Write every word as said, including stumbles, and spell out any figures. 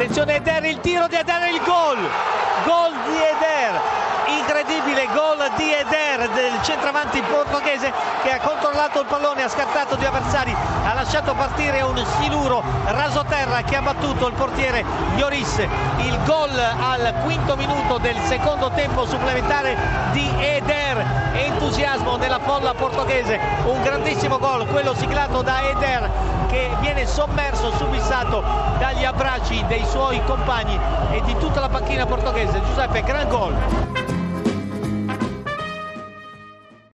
attenzione Eder, il tiro di Eder, il gol, gol di Eder, incredibile gol di Eder, del centravanti portoghese che ha controllato il pallone, ha scartato due avversari, ha lasciato partire un siluro rasoterra che ha battuto il portiere Lloris. Il gol al quinto minuto del secondo tempo supplementare di Eder, entusiasmo nella folla portoghese, un grandissimo gol, quello siglato da Eder che viene sommerso, subissato dagli abbracci dei suoi compagni e di tutta la panchina portoghese. Giuseppe, gran gol.